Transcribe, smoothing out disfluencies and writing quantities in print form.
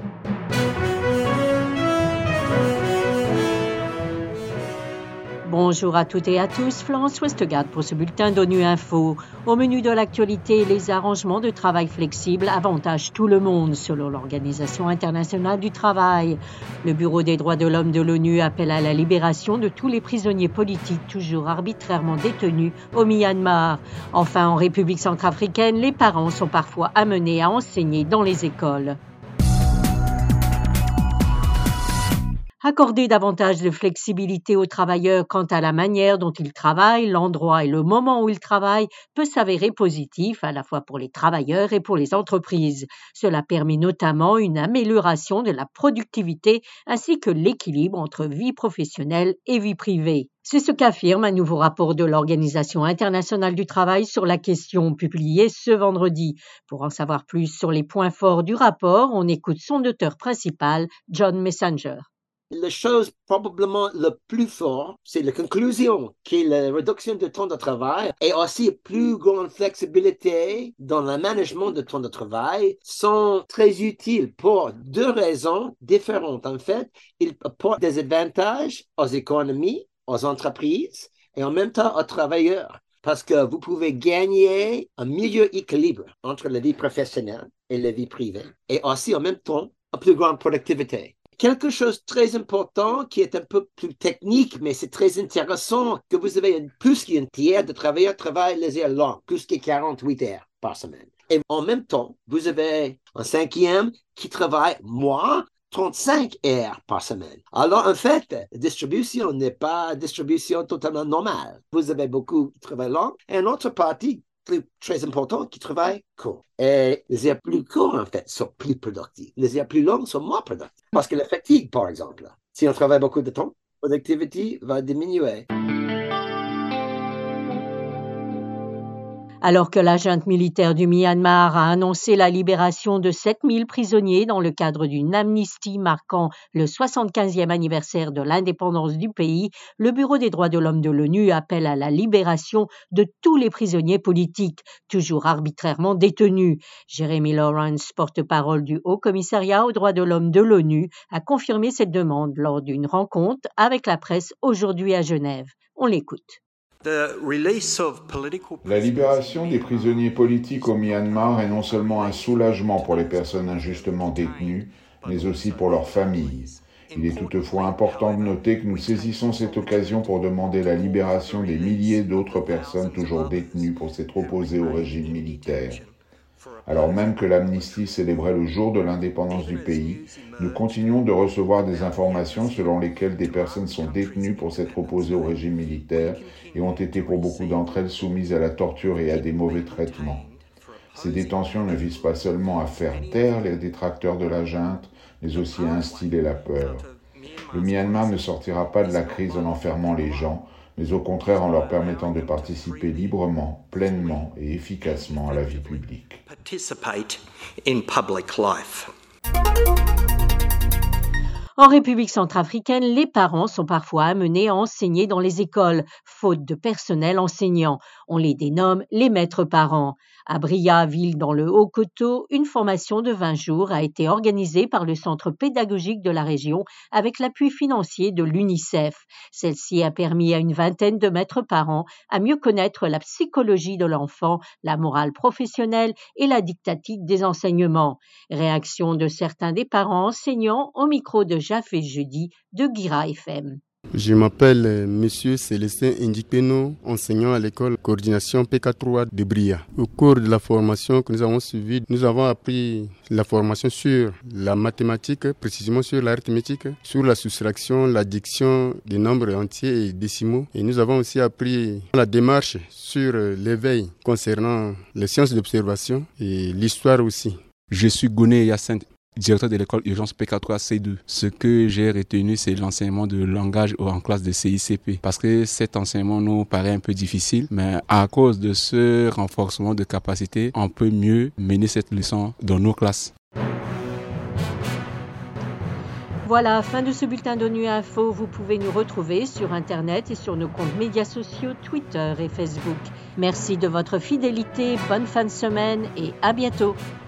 Bonjour à toutes et à tous, Florence Westgard pour ce bulletin d'ONU Info. Au menu de l'actualité, les arrangements de travail flexibles avantagent tout le monde selon l'Organisation internationale du travail. Le Bureau des droits de l'homme de l'ONU appelle à la libération de tous les prisonniers politiques toujours arbitrairement détenus au Myanmar. Enfin, en République centrafricaine, les parents sont parfois amenés à enseigner dans les écoles. Accorder davantage de flexibilité aux travailleurs quant à la manière dont ils travaillent, l'endroit et le moment où ils travaillent peut s'avérer positif à la fois pour les travailleurs et pour les entreprises. Cela permet notamment une amélioration de la productivité ainsi que l'équilibre entre vie professionnelle et vie privée. C'est ce qu'affirme un nouveau rapport de l'Organisation internationale du travail sur la question publié ce vendredi. Pour en savoir plus sur les points forts du rapport, on écoute son auteur principal, John Messenger. La chose probablement le plus fort, c'est la conclusion, qui est la réduction du temps de travail et aussi plus grande flexibilité dans le management du temps de travail sont très utiles pour deux raisons différentes. En fait, ils apportent des avantages aux économies, aux entreprises et en même temps aux travailleurs. Parce que vous pouvez gagner un meilleur équilibre entre la vie professionnelle et la vie privée. Et aussi en même temps, une plus grande productivité. Quelque chose de très important qui est un peu plus technique, mais c'est très intéressant que vous avez plus qu'un tiers de travailleurs travaillent les heures longues, plus que 48 heures par semaine. Et en même temps, vous avez un cinquième qui travaille moins 35 heures par semaine. Alors, en fait, la distribution n'est pas une distribution totalement normale. Vous avez beaucoup de travail long et une autre partie très important qui travaille court. Et les heures plus courtes, en fait, sont plus productives. Les heures plus longues sont moins productives. Parce que la fatigue, par exemple, si on travaille beaucoup de temps, la productivité va diminuer. Alors que la junte militaire du Myanmar a annoncé la libération de 7000 prisonniers dans le cadre d'une amnistie marquant le 75e anniversaire de l'indépendance du pays, le Bureau des droits de l'homme de l'ONU appelle à la libération de tous les prisonniers politiques, toujours arbitrairement détenus. Jeremy Lawrence, porte-parole du Haut-Commissariat aux droits de l'homme de l'ONU, a confirmé cette demande lors d'une rencontre avec la presse aujourd'hui à Genève. On l'écoute. La libération des prisonniers politiques au Myanmar est non seulement un soulagement pour les personnes injustement détenues, mais aussi pour leurs familles. Il est toutefois important de noter que nous saisissons cette occasion pour demander la libération des milliers d'autres personnes toujours détenues pour s'être opposées au régime militaire. Alors même que l'amnistie célébrait le jour de l'indépendance du pays, nous continuons de recevoir des informations selon lesquelles des personnes sont détenues pour s'être opposées au régime militaire et ont été pour beaucoup d'entre elles soumises à la torture et à des mauvais traitements. Ces détentions ne visent pas seulement à faire taire les détracteurs de la junte, mais aussi à instiller la peur. Le Myanmar ne sortira pas de la crise en enfermant les gens, mais au contraire en leur permettant de participer librement, pleinement et efficacement à la vie publique. En République centrafricaine, les parents sont parfois amenés à enseigner dans les écoles, faute de personnel enseignant. On les dénomme les maîtres parents. À Bria, ville dans le Haut-Coteau, une formation de 20 jours a été organisée par le centre pédagogique de la région avec l'appui financier de l'UNICEF. Celle-ci a permis à une vingtaine de maîtres parents à mieux connaître la psychologie de l'enfant, la morale professionnelle et la didactique des enseignements. Réaction de certains des parents enseignants au micro de Jaffé Jeudi de Guira FM. Je m'appelle Monsieur Célestin Indjipeno, enseignant à l'école coordination PK3 de Bria. Au cours de la formation que nous avons suivie, nous avons appris la formation sur la mathématique, précisément sur l'arithmétique, sur la soustraction, l'addition des nombres entiers et décimaux. Et nous avons aussi appris la démarche sur l'éveil concernant les sciences d'observation et l'histoire aussi. Je suis Gouné Yacinthe, directeur de l'école Urgence PK3C2. Ce que j'ai retenu, c'est l'enseignement de langage en classe de CICP. Parce que cet enseignement nous paraît un peu difficile, mais à cause de ce renforcement de capacité, on peut mieux mener cette leçon dans nos classes. Voilà, fin de ce bulletin d'ONU Info. Vous pouvez nous retrouver sur Internet et sur nos comptes médias sociaux Twitter et Facebook. Merci de votre fidélité, bonne fin de semaine et à bientôt.